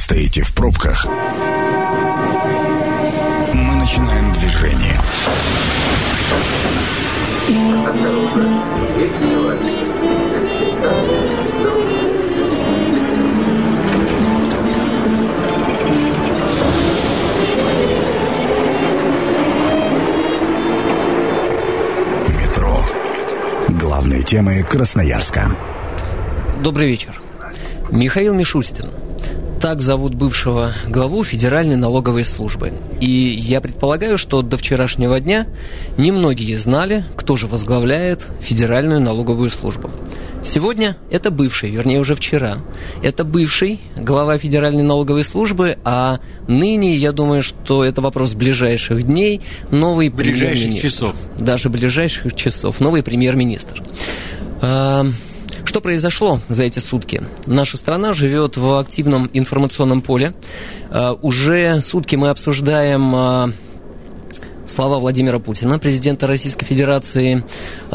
стоите в пробках, мы начинаем движение. Метро. Главные темы Красноярска. Добрый вечер. Михаил Мишустин. Так зовут бывшего главу Федеральной налоговой службы. И я предполагаю, что до вчерашнего дня немногие знали, кто же возглавляет Федеральную налоговую службу. Сегодня это бывший, вернее уже вчера, это бывший глава Федеральной налоговой службы, а ныне, я думаю, что это вопрос ближайших дней, новый премьер-министр. Часов. Даже ближайших часов. Новый премьер-министр. Что произошло за эти сутки? Наша страна живет в активном информационном поле. Уже сутки мы обсуждаем слова Владимира Путина, президента Российской Федерации.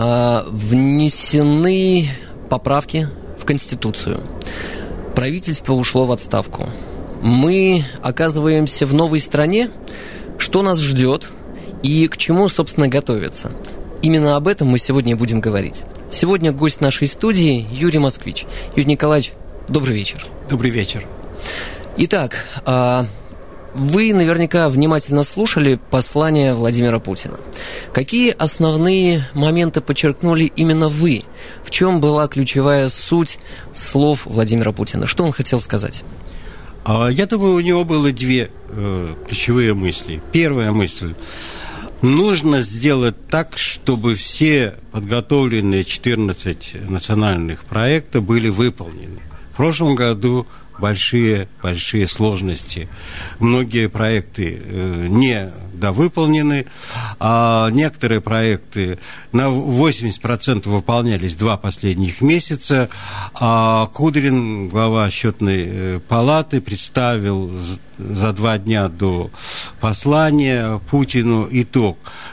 Внесены поправки в Конституцию. Правительство ушло в отставку. Мы оказываемся в новой стране. Что нас ждет и к чему, собственно, готовиться? Именно об этом мы сегодня и будем говорить. Сегодня гость нашей студии Юрий Москвич. Юрий Николаевич, добрый вечер. Добрый вечер. Итак, вы наверняка внимательно слушали послание Владимира Путина. Какие основные моменты подчеркнули именно вы? В чем была ключевая суть слов Владимира Путина? Что он хотел сказать? Я думаю, у него было две ключевые мысли. Первая мысль. Нужно сделать так, чтобы все подготовленные 14 национальных проектов были выполнены. В прошлом году большие сложности. Многие проекты не довыполнены, а некоторые проекты на 80% выполнялись 2 последних месяца. А Кудрин, глава счетной палаты, представил за 2 дня до послания Путину итог.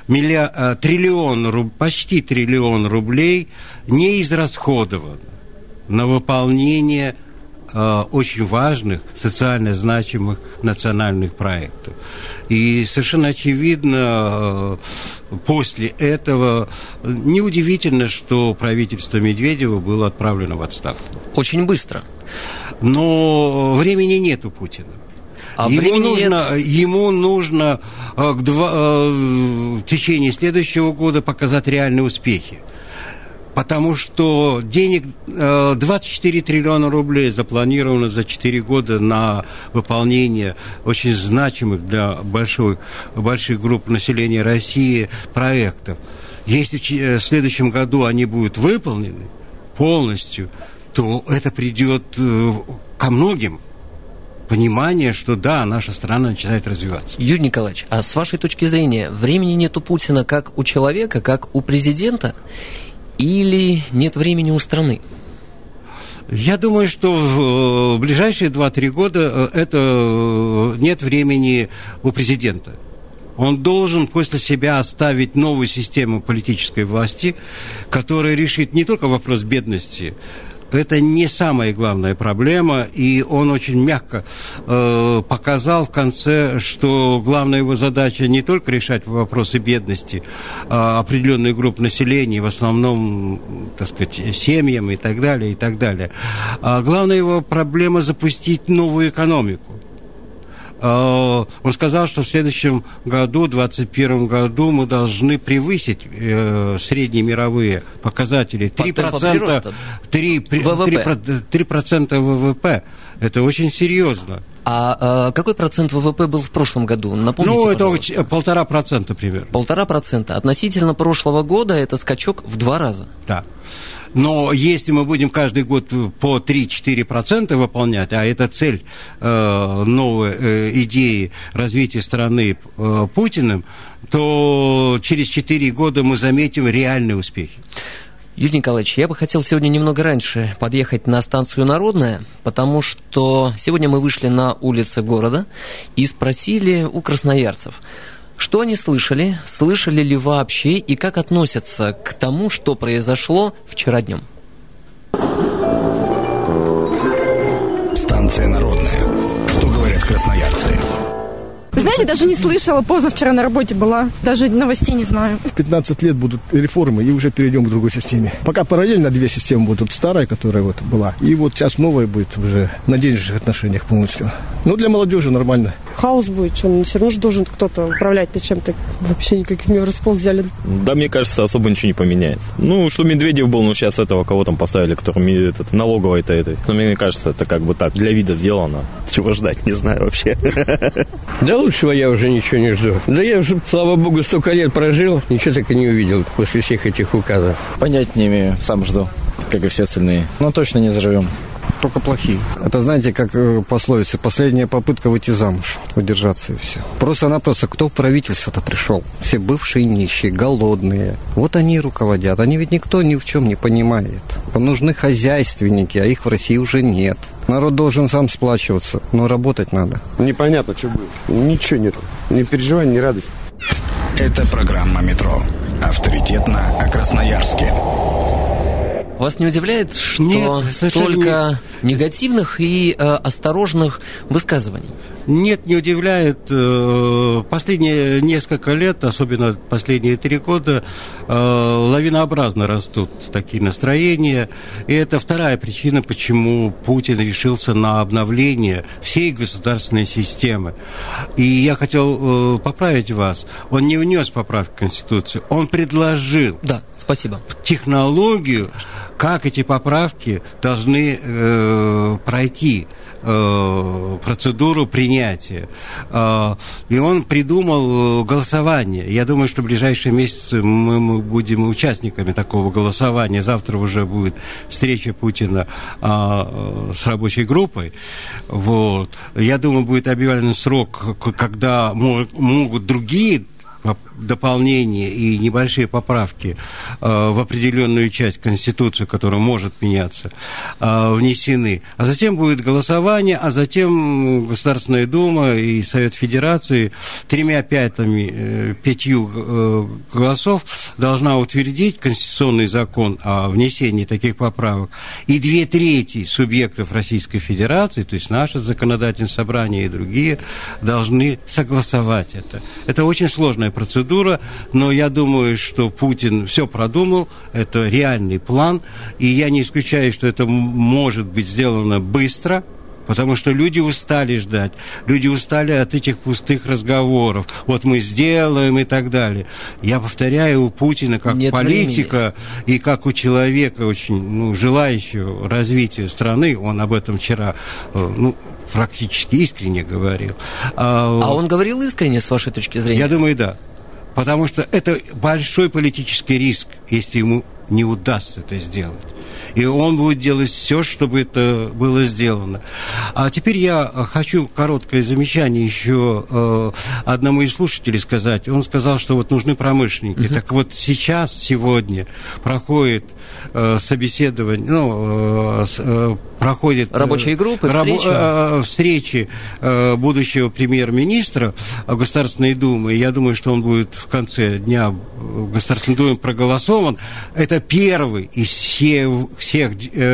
Почти триллион рублей не израсходовано на выполнение очень важных, социально значимых национальных проектов. И совершенно очевидно, после этого неудивительно, что правительство Медведева было отправлено в отставку. Очень быстро. Но времени нет у Путина. Ему нужно в течение следующего года показать реальные успехи. Потому что денег 24 триллиона рублей запланировано за 4 года на выполнение очень значимых для больших групп населения России проектов. Если в следующем году они будут выполнены полностью, то это придет ко многим. Понимание, что да, наша страна начинает развиваться. Юрий Николаевич, а с вашей точки зрения, времени нет у Путина как у человека, как у президента? Или нет времени у страны? Я думаю, что в ближайшие 2-3 года нет времени у президента. Он должен после себя оставить новую систему политической власти, которая решит не только вопрос бедности. Это не самая главная проблема, и он очень мягко показал в конце, что главная его задача не только решать вопросы бедности определенной группы населения, в основном, так сказать, семьям и так далее, и так далее. А главная его проблема – запустить новую экономику. Он сказал, что в следующем году, в 2021 году, мы должны превысить средние мировые показатели. 3% ВВП. Это очень серьезно. А какой процент ВВП был в прошлом году? Напомните, это пожалуйста. 1,5% примерно. 1,5%. Относительно прошлого года это скачок в 2 раза. Да. Но если мы будем каждый год по 3-4% выполнять, а это цель новой идеи развития страны Путиным, то через 4 года мы заметим реальные успехи. Юрий Николаевич, я бы хотел сегодня немного раньше подъехать на станцию Народная, потому что сегодня мы вышли на улицы города и спросили у красноярцев, что они слышали ли вообще и как относятся к тому, что произошло вчера днем. Станция Народная. Что Ой, даже не слышала, поздно вчера на работе была, даже новостей не знаю. 15 лет будут реформы, и уже перейдем к другой системе. Пока параллельно две системы будут. Старая, которая вот была, и вот сейчас новая будет уже на денежных отношениях полностью. Ну, для молодежи нормально. Хаос будет, что все равно же должен кто-то управлять чем-то. Вообще никаких не расположен. Да, мне кажется, особо ничего не поменяет. Ну, что Медведев был, сейчас этого кого там поставили, который налоговой-то этой. Но мне кажется, это как бы так, для вида сделано. Чего ждать, не знаю вообще. Да лучшего я уже ничего не жду. Да я уже, слава богу, столько лет прожил, ничего так и не увидел после всех этих указов. Понять не имею, сам жду, как и все остальные. Но точно не заживем. Только плохие. Это, знаете, как пословица, последняя попытка выйти замуж, удержаться и все. Просто-напросто, кто в правительство-то пришел? Все бывшие нищие, голодные. Вот они и руководят. Они ведь никто ни в чем не понимает. Нужны хозяйственники, а их в России уже нет. Народ должен сам сплачиваться, но работать надо. Непонятно, что будет. Ничего нет. Ни переживаний, ни радости. Это программа «Метро». Авторитетно о Красноярске. Вас не удивляет, что столько негативных и осторожных высказываний? Нет, не удивляет. Последние несколько лет, особенно последние 3 года, лавинообразно растут такие настроения. И это вторая причина, почему Путин решился на обновление всей государственной системы. И я хотел поправить вас. Он не внес поправки в Конституцию, он предложил. Да, спасибо. Технологию, как эти поправки должны пройти, процедуру принятия. И он придумал голосование. Я думаю, что в ближайшие месяцы мы будем участниками такого голосования. Завтра уже будет встреча Путина с рабочей группой. Вот. Я думаю, будет объявлен срок, когда могут другие дополнения и небольшие поправки в определенную часть Конституции, которая может меняться, внесены. А затем будет голосование, а затем Государственная Дума и Совет Федерации 3/5 голосов должна утвердить конституционный закон о внесении таких поправок. И 2/3 субъектов Российской Федерации, то есть наше законодательное собрание и другие, должны согласовать это. Это очень сложная процедура, но я думаю, что Путин все продумал, это реальный план, и я не исключаю, что это может быть сделано быстро, потому что люди устали ждать, люди устали от этих пустых разговоров. Вот мы сделаем и так далее. Я повторяю, у Путина как нет политика и как у человека, очень желающего развития страны, он об этом вчера практически искренне говорил. А он говорил искренне, с вашей точки зрения? Я думаю, да. Потому что это большой политический риск, если ему не удастся это сделать. И он будет делать все, чтобы это было сделано. А теперь я хочу короткое замечание еще одному из слушателей сказать. Он сказал, что вот нужны промышленники. Так вот сегодня проходит собеседование, проходит рабочие группы, встречи будущего премьер-министра Государственной Думы. Я думаю, что он будет в конце дня в Государственной Думе проголосован. Это первый из всех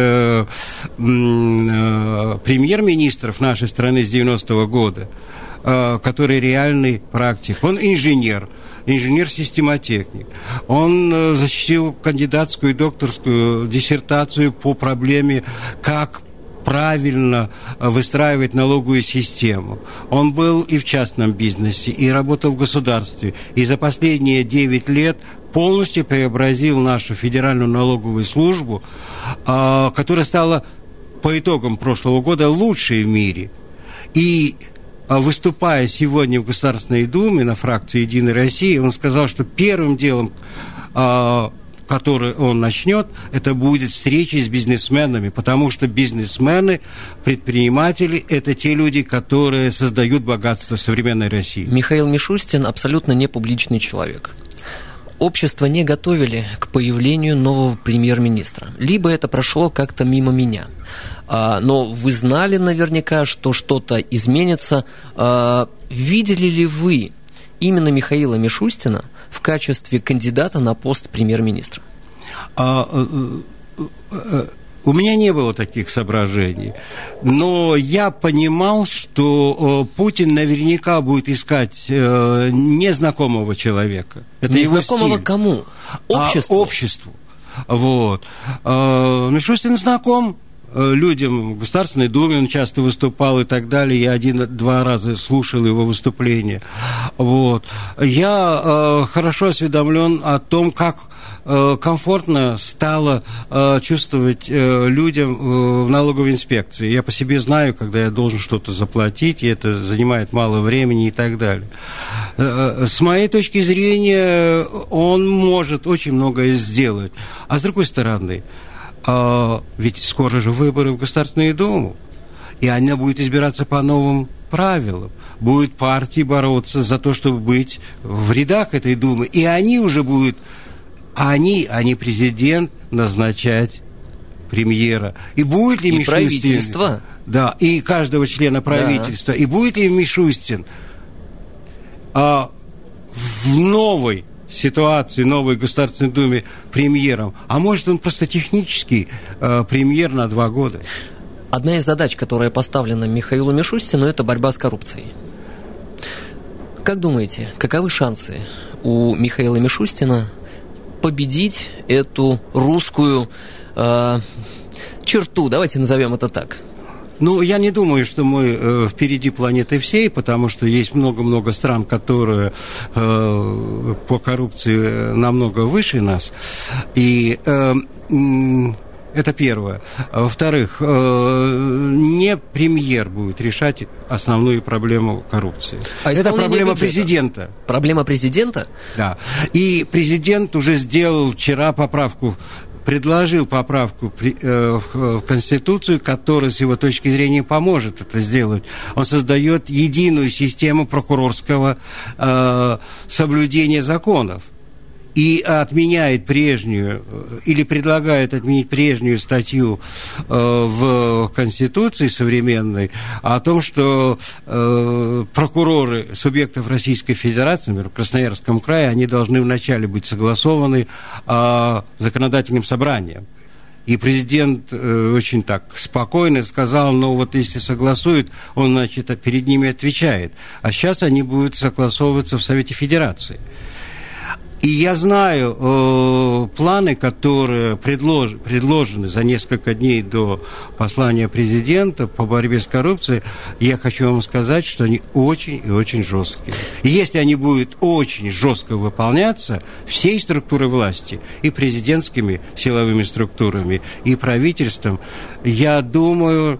премьер-министров нашей страны с 90-го года, который реальный практик. Он инженер-системотехник. Он защитил кандидатскую и докторскую диссертацию по проблеме, как правильно выстраивать налоговую систему. Он был и в частном бизнесе, и работал в государстве. И за последние 9 лет полностью преобразил нашу федеральную налоговую службу, которая стала по итогам прошлого года лучшей в мире. И выступая сегодня в Государственной Думе на фракции «Единой России», он сказал, что первым делом, который он начнет, это будет встречи с бизнесменами, потому что бизнесмены, предприниматели – это те люди, которые создают богатство современной России. Михаил Мишустин абсолютно не публичный человек. Общество не готовили к появлению нового премьер-министра. Либо это прошло как-то мимо меня. Но вы знали наверняка, что что-то изменится. Видели ли вы именно Михаила Мишустина в качестве кандидата на пост премьер-министра? У меня не было таких соображений. Но я понимал, что Путин наверняка будет искать незнакомого человека. Это незнакомого его стиль. Кому? Обществу? Обществу. Вот. Мишустин знаком людям в Государственной Думе, он часто выступал и так далее. Я 1-2 раза слушал его выступления. Вот. Я хорошо осведомлен о том, как комфортно стало чувствовать людям в налоговой инспекции. Я по себе знаю, когда я должен что-то заплатить, и это занимает мало времени и так далее. С моей точки зрения, он может очень многое сделать. А с другой стороны, ведь скоро же выборы в Государственную Думу, и она будет избираться по новым правилам. Будут партии бороться за то, чтобы быть в рядах этой Думы, и они уже будут, а не президент, назначать премьера. И будет ли и Мишустин... правительство. Да, и каждого члена правительства. Да. И будет ли Мишустин в новой ситуации, новой Государственной Думе премьером, а может он просто технический премьер на 2 года. Одна из задач, которая поставлена Михаилу Мишустину, это борьба с коррупцией. Как думаете, каковы шансы у Михаила Мишустина победить эту русскую черту, давайте назовем это так? Ну, я не думаю, что мы впереди планеты всей, потому что есть много-много стран, которые по коррупции намного выше нас. И это первое. Во-вторых, не премьер будет решать основную проблему коррупции. Это проблема президента. Проблема президента? Да. И президент уже сделал вчера предложил поправку в Конституцию, которая, с его точки зрения, поможет это сделать. Он создает единую систему прокурорского соблюдения законов и отменяет прежнюю, или предлагает отменить прежнюю статью в Конституции современной о том, что прокуроры субъектов Российской Федерации, например, в Красноярском крае, они должны вначале быть согласованы законодательным собранием. И президент очень так спокойно сказал, ну вот если согласуют, он, значит, перед ними отвечает. А сейчас они будут согласовываться в Совете Федерации. И я знаю планы, которые предложены за несколько дней до послания президента по борьбе с коррупцией. Я хочу вам сказать, что они очень и очень жесткие. И если они будут очень жестко выполняться всей структурой власти, и президентскими силовыми структурами, и правительством, я думаю,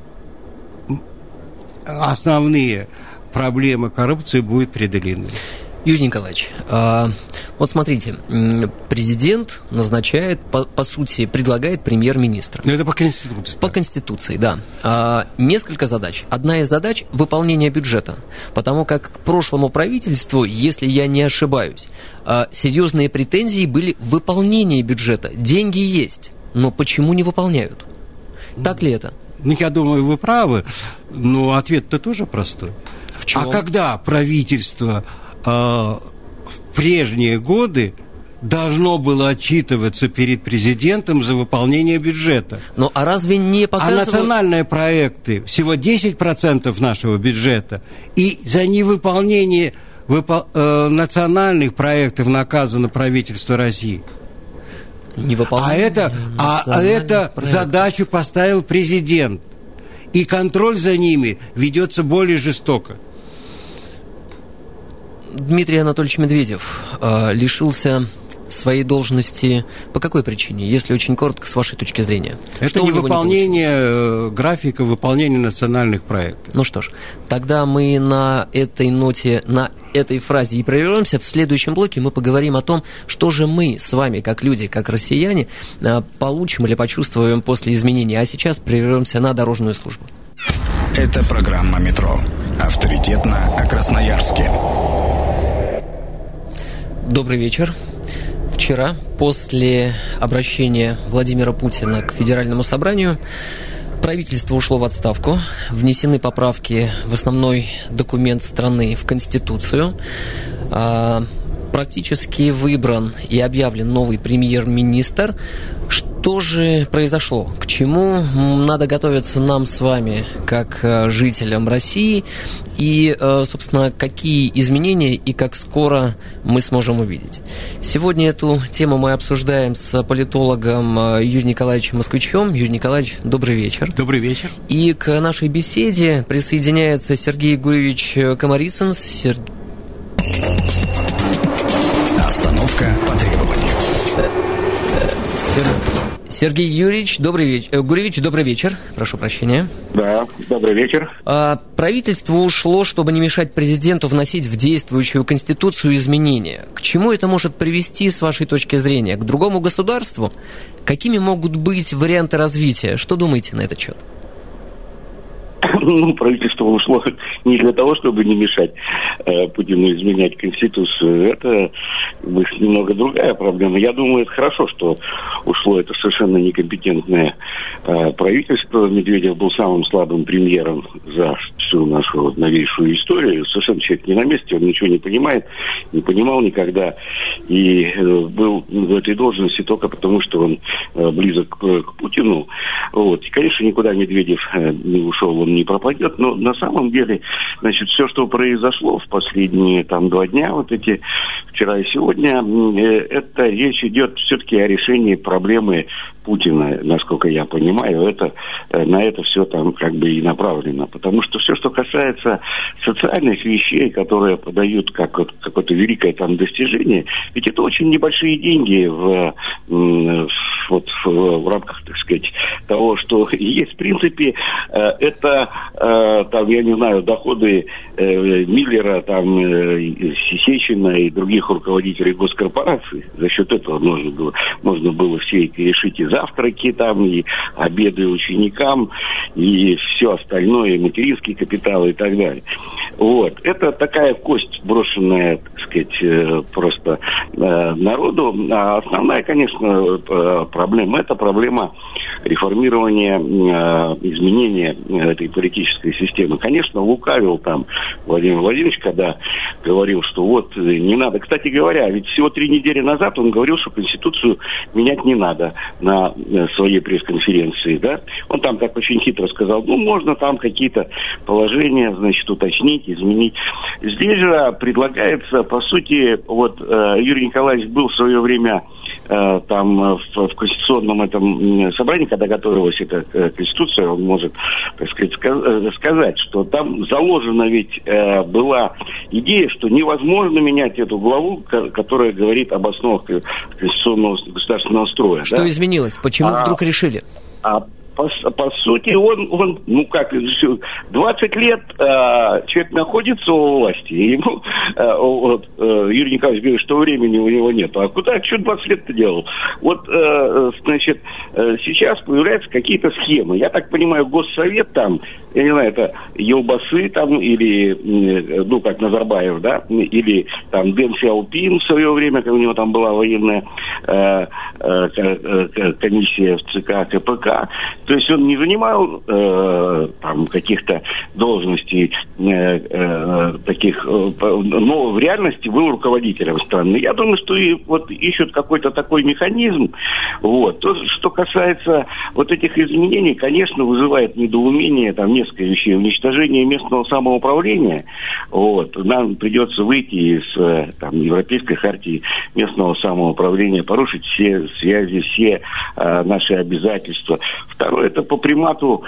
основные проблемы коррупции будут преодолены. Юрий Николаевич, вот смотрите, президент назначает, по сути, предлагает премьер-министра. Но это по Конституции. По Конституции, да. Несколько задач. Одна из задач – выполнение бюджета. Потому как к прошлому правительству, если я не ошибаюсь, серьезные претензии были в выполнении бюджета. Деньги есть, но почему не выполняют? Так ли это? Ну, я думаю, вы правы, но ответ-то тоже простой. В чем? А когда правительство в прежние годы должно было отчитываться перед президентом за выполнение бюджета? Ну, а разве не показывают... А национальные проекты всего 10% нашего бюджета, и за невыполнение национальных проектов наказано правительство России. А это задачу поставил президент, и контроль за ними ведется более жестоко. Дмитрий Анатольевич Медведев лишился своей должности по какой причине, если очень коротко, с вашей точки зрения? Это невыполнение графика, выполнение национальных проектов. Ну что ж, тогда мы на этой ноте, на этой фразе и прервемся. В следующем блоке мы поговорим о том, что же мы с вами, как люди, как россияне, получим или почувствуем после изменений. А сейчас прервемся на дорожную службу. Это программа «Метро». Авторитетно о Красноярске. Добрый вечер. Вчера, после обращения Владимира Путина к Федеральному собранию, правительство ушло в отставку, внесены поправки в основной документ страны, в Конституцию. практически выбран и объявлен новый премьер-министр. Что же произошло? К чему надо готовиться нам с вами, как жителям России? И, собственно, какие изменения и как скоро мы сможем увидеть? Сегодня эту тему мы обсуждаем с политологом Юрием Николаевичем Москвичем. Юрий Николаевич, добрый вечер. Добрый вечер. И к нашей беседе присоединяется Сергей Гуревич Комарицын. Остановка по требованию. Сергей Юрьевич, Гуревич, добрый вечер. Прошу прощения. Да, добрый вечер. Правительство ушло, чтобы не мешать президенту вносить в действующую Конституцию изменения. К чему это может привести, с вашей точки зрения? К другому государству? Какими могут быть варианты развития? Что думаете на этот счет? Правительство ушло не для того, чтобы не мешать Путину изменять Конституцию. Это немного другая проблема. Я думаю, это хорошо, что ушло это совершенно некомпетентное правительство. Медведев был самым слабым премьером за всю нашу новейшую историю. Совершенно человек не на месте, он ничего не понимает, не понимал никогда. И был в этой должности только потому, что он близок к Путину. Вот. И, конечно, никуда Медведев не ушел, он не пропадет, но на самом деле, значит, все, что произошло в последние 2 дня, вот эти вчера и сегодня, это речь идет все-таки о решении проблемы Путина, насколько я понимаю, это на это все там как бы и направлено, потому что все, что касается социальных вещей, которые подают как какое-то великое там достижение, ведь это очень небольшие деньги в рамках, так сказать, того, что есть. В принципе, это там, я не знаю, доходы Миллера, там, Сечина и других руководителей госкорпораций. За счет этого можно было все эти решить и завтраки там, и обеды ученикам, и все остальное, и материнский капитал и так далее. Вот. Это такая кость, брошенная, так сказать, просто народу. А основная, конечно, проблема – это проблема реформирования, изменения этой политической системы. Конечно, лукавил там Владимир Владимирович, когда говорил, что вот не надо. Кстати говоря, ведь всего 3 недели назад он говорил, что Конституцию менять не надо на своей пресс-конференции, да. Он там так очень хитро сказал, можно там какие-то положения, значит, уточнить, изменить. Здесь же предлагается, по сути, вот Юрий Николаевич был в свое время там в конституционном этом собрании, когда готовилась эта конституция, он может, так сказать, сказать, что там заложена ведь была идея, что невозможно менять эту главу, которая говорит об основах конституционного государственного строя. Что изменилось? Почему вдруг решили? По сути, он 20 лет человек находится у власти, и ему Юрий Николаевич говорит, что времени у него нет. А куда, что 20 лет-то делал? Вот, значит, сейчас появляются какие-то схемы. Я так понимаю, Госсовет там, я не знаю, это Елбасы там, или, как Назарбаев, да, или там Дэн Сяопин в свое время, когда у него там была военная комиссия в ЦК КПК. То есть он не занимал там каких-то должностей таких, но в реальности был руководителем страны. Я думаю, что и вот ищут какой-то такой механизм. Вот. То, что касается вот этих изменений, конечно, вызывает недоумение там несколько вещей. Уничтожение местного самоуправления. Вот. Нам придется выйти из там Европейской хартии местного самоуправления, порушить все связи, все наши обязательства. Второе, это по примату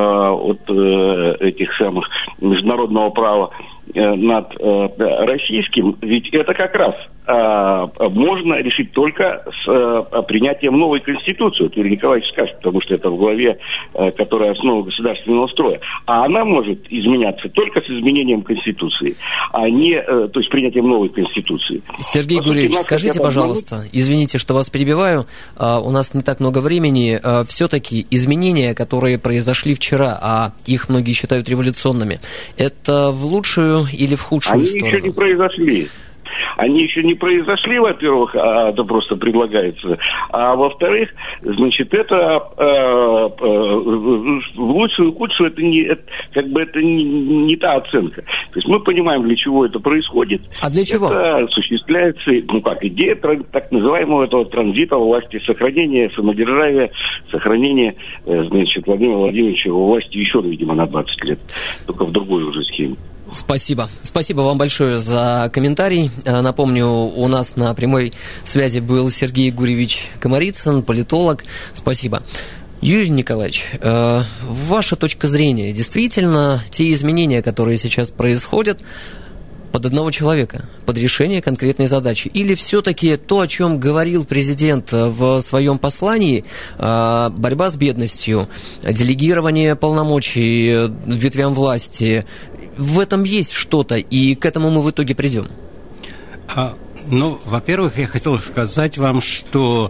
этих самых международного права над российским, ведь это как раз можно решить только с принятием новой Конституции. Вот Юрий Николаевич скажет, потому что это в главе, которая основа государственного строя. А она может изменяться только с изменением Конституции, а не, то есть принятием новой Конституции. Сергей Гуревич, скажите, пожалуйста, извините, что вас перебиваю, у нас не так много времени, все-таки изменения, которые произошли вчера, а их многие считают революционными, это в лучшую или в худшую сторону? Они еще не произошли. они еще не произошли, во-первых, а это просто предлагается, а во-вторых, значит, это в лучшую и худшую это не та оценка. То есть мы понимаем, для чего это происходит. А для чего? Это осуществляется, идея так называемого этого транзита власти, сохранения самодержавия, сохранения, значит, Владимира Владимировича у власти еще, видимо, на 20 лет, только в другой уже схеме. Спасибо. Спасибо вам большое за комментарий. Напомню, у нас на прямой связи был Сергей Гурьевич Комарицын, политолог. Спасибо. Юрий Николаевич, ваша точка зрения, действительно, те изменения, которые сейчас происходят, под одного человека, под решение конкретной задачи? Или все-таки то, о чем говорил президент в своем послании, борьба с бедностью, делегирование полномочий ветвям власти, в этом есть что-то, и к этому мы в итоге придем? Ну, во-первых, я хотел сказать вам, что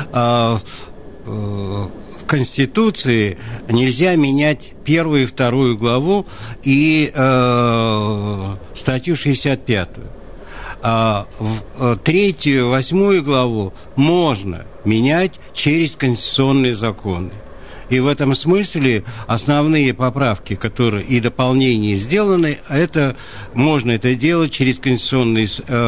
в Конституции нельзя менять 1 и 2 главу и статью 65. В 3 и 8 главу можно менять через конституционные законы. И в этом смысле основные поправки, которые и дополнения сделаны, можно это делать через конституционный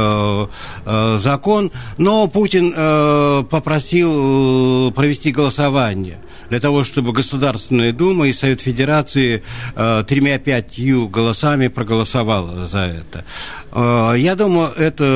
закон. Но Путин попросил провести голосование для того, чтобы Государственная Дума и Совет Федерации 3-5 голосами проголосовала за это. Я думаю,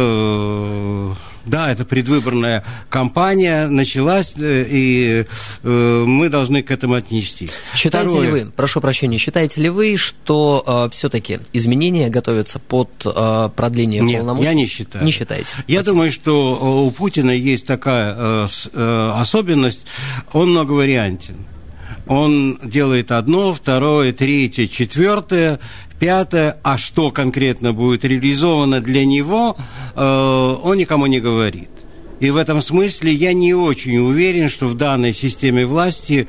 это предвыборная кампания началась, и мы должны к этому отнестись. Считаете ли вы, прошу прощения, считаете ли вы, что все-таки изменения готовятся под продление полномочий? Нет, я не считаю. Не считаете? Я думаю, что у Путина есть такая особенность, он многовариантен. Он делает одно, второе, третье, четвертое, 5, а что конкретно будет реализовано для него, он никому не говорит. И в этом смысле я не очень уверен, что в данной системе власти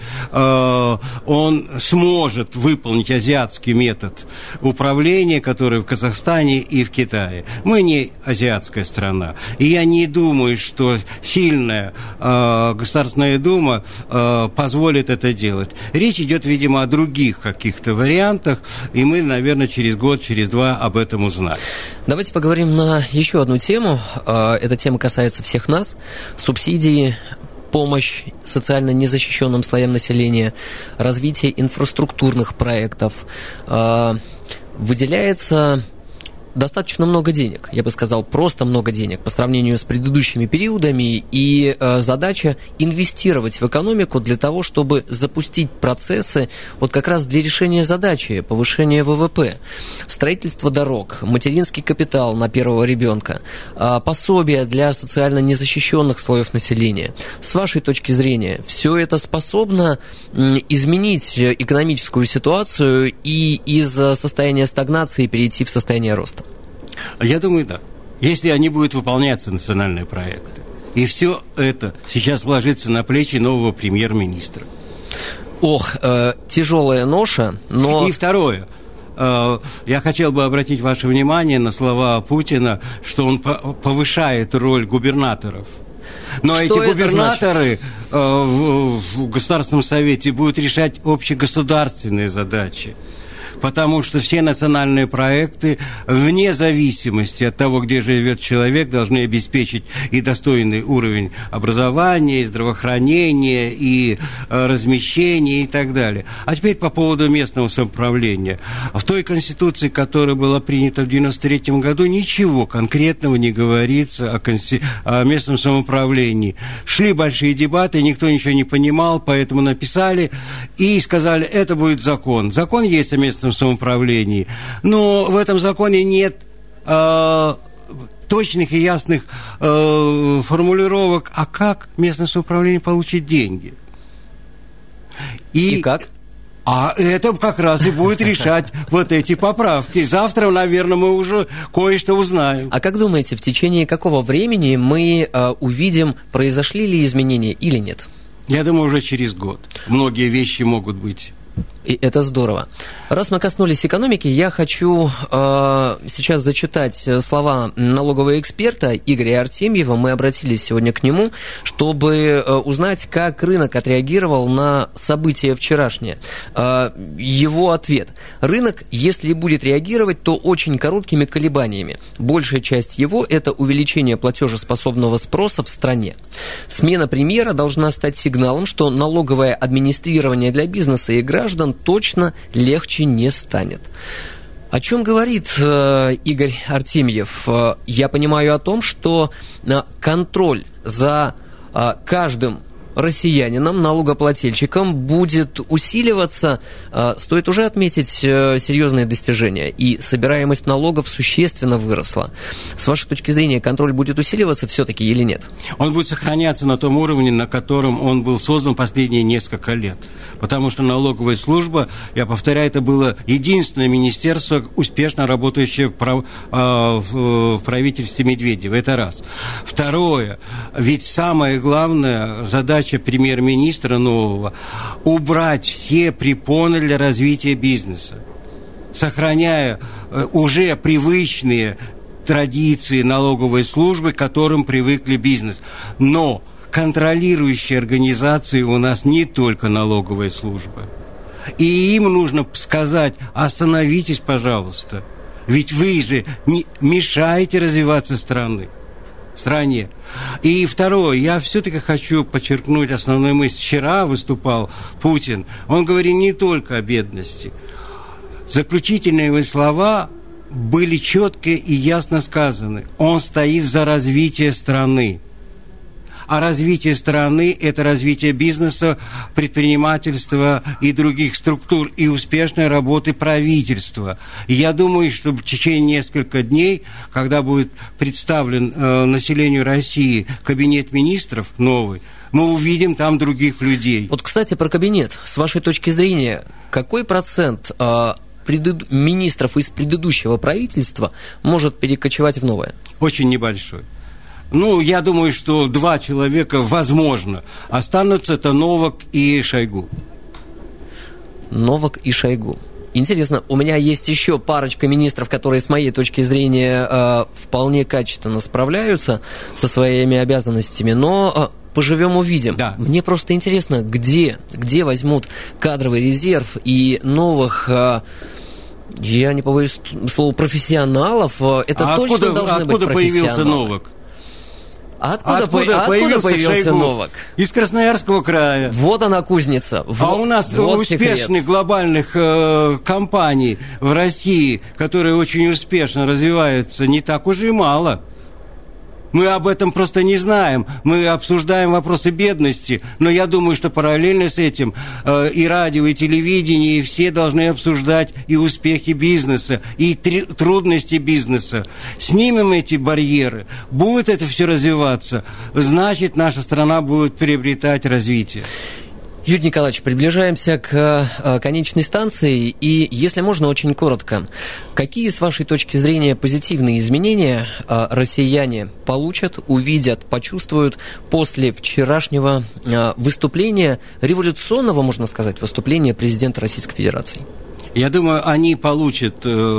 он сможет выполнить азиатский метод управления, который в Казахстане и в Китае. Мы не азиатская страна. И я не думаю, что сильная Государственная Дума позволит это делать. Речь идет, видимо, о других каких-то вариантах, и мы, наверное, через год, через два об этом узнаем. Давайте поговорим на еще одну тему. Эта тема касается всех нас. Субсидии, помощь социально незащищенным слоям населения, развитие инфраструктурных проектов. Выделяется достаточно много денег, я бы сказал, просто много денег по сравнению с предыдущими периодами, и задача инвестировать в экономику для того, чтобы запустить процессы вот как раз для решения задачи повышения ВВП, строительство дорог, материнский капитал на первого ребенка, пособия для социально незащищенных слоев населения. С вашей точки зрения, все это способно изменить экономическую ситуацию и из состояния стагнации перейти в состояние роста? Я думаю, да. Если они будут выполняться, национальные проекты. И все это сейчас ложится на плечи нового премьер-министра. Тяжелая ноша, но... И второе. Я хотел бы обратить ваше внимание на слова Путина, что он повышает роль губернаторов. Но что эти губернаторы в Государственном Совете будут решать общегосударственные задачи. Потому что все национальные проекты, вне зависимости от того, где живет человек, должны обеспечить и достойный уровень образования, и здравоохранения, и размещения, и так далее. А теперь по поводу местного самоуправления. В той Конституции, которая была принята в 1993 году, ничего конкретного не говорится о местном самоуправлении. Шли большие дебаты, никто ничего не понимал, поэтому написали и сказали, это будет закон. Закон есть о местном самоуправлении, но в этом законе нет точных и ясных формулировок, а как местное самоуправление получит деньги. И как? А это как раз и будет решать вот эти поправки. Завтра, наверное, мы уже кое-что узнаем. А как думаете, в течение какого времени мы увидим, произошли ли изменения или нет? Я думаю, уже через год. Многие вещи могут быть И это здорово. Раз мы коснулись экономики, я хочу сейчас зачитать слова налогового эксперта Игоря Артемьева. Мы обратились сегодня к нему, чтобы узнать, как рынок отреагировал на события вчерашнее. Его ответ. Рынок, если будет реагировать, то очень короткими колебаниями. Большая часть его – это увеличение платежеспособного спроса в стране. Смена премьера должна стать сигналом, что налоговое администрирование для бизнеса и граждан точно легче не станет. О чем говорит Игорь Артемьев? Я понимаю о том, что контроль за каждым россиянином, налогоплательщиком будет усиливаться. Стоит уже отметить серьезные достижения. И собираемость налогов существенно выросла. С вашей точки зрения, контроль будет усиливаться все-таки или нет? Он будет сохраняться на том уровне, на котором он был создан последние несколько лет. Потому что налоговая служба, я повторяю, это было единственное министерство, успешно работающее в правительстве Медведева. Это раз. Второе. Ведь самая главная задача премьер-министра нового – убрать все препоны для развития бизнеса, сохраняя уже привычные традиции налоговой службы, к которым привыкли бизнес. Но контролирующие организации у нас не только налоговая служба. И им нужно сказать: остановитесь, пожалуйста, ведь вы же не мешаете развиваться стране. И второе, я все-таки хочу подчеркнуть основную мысль. Вчера выступал Путин, он говорил не только о бедности. Заключительные его слова были четко и ясно сказаны. Он стоит за развитие страны. А развитие страны – это развитие бизнеса, предпринимательства и других структур, и успешной работы правительства. И я думаю, что в течение нескольких дней, когда будет представлен населению России кабинет министров новый, мы увидим там других людей. Вот, кстати, про кабинет. С вашей точки зрения, какой процент министров из предыдущего правительства может перекочевать в новое? Очень небольшой. Я думаю, что 2 человека, возможно, останутся. Это Новак и Шойгу. Новак и Шойгу. Интересно, у меня есть еще парочка министров, которые, с моей точки зрения, вполне качественно справляются со своими обязанностями, но поживем увидим. Да. Мне просто интересно, где возьмут кадровый резерв и новых... Я не побоюсь слова профессионалов. Это точно должны быть профессионалы. Откуда появился Новак? Откуда появился Новак? Из Красноярского края. Вот она кузница. А у нас успешных глобальных компаний в России, которые очень успешно развиваются, не так уж и мало. Мы об этом просто не знаем. Мы обсуждаем вопросы бедности, но я думаю, что параллельно с этим и радио, и телевидение, и все должны обсуждать и успехи бизнеса, и трудности бизнеса. Снимем эти барьеры, будет это все развиваться, значит, наша страна будет приобретать развитие. Юрий Николаевич, приближаемся к конечной станции, и, если можно, очень коротко. Какие, с вашей точки зрения, позитивные изменения россияне получат, увидят, почувствуют после вчерашнего выступления, революционного, можно сказать, выступления президента Российской Федерации? Я думаю, они получат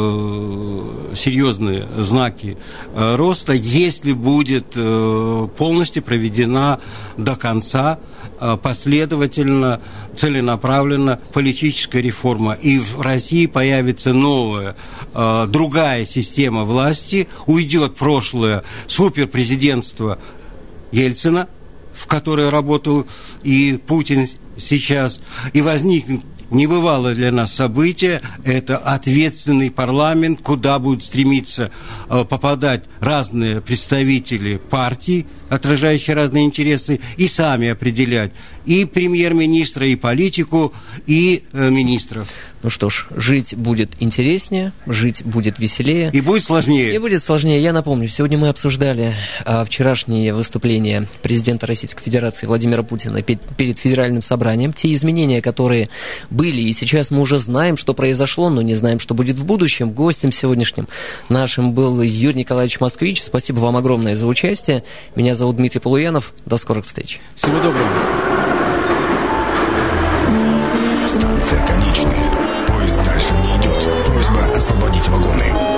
серьезные знаки роста, если будет полностью проведена до конца последовательно, целенаправленно политическая реформа. И в России появится новая, другая система власти, уйдет прошлое суперпрезидентство Ельцина, в которое работал и Путин сейчас, и возникнет небывалое для нас событие – это ответственный парламент, куда будут стремиться попадать разные представители партий, отражающие разные интересы, и сами определять и премьер-министра, и политику, и министров. Ну что ж, жить будет интереснее, жить будет веселее. И будет сложнее. И будет сложнее. Я напомню, сегодня мы обсуждали вчерашнее выступление президента Российской Федерации Владимира Путина перед Федеральным собранием. Те изменения, которые были, и сейчас мы уже знаем, что произошло, но не знаем, что будет в будущем. Гостем сегодняшним нашим был Юрий Николаевич Москвич. Спасибо вам огромное за участие. Меня зовут Дмитрий Полуянов. До скорых встреч. Всего доброго. Станция «Конечная». личные. Поезд дальше не идет. Просьба освободить вагоны.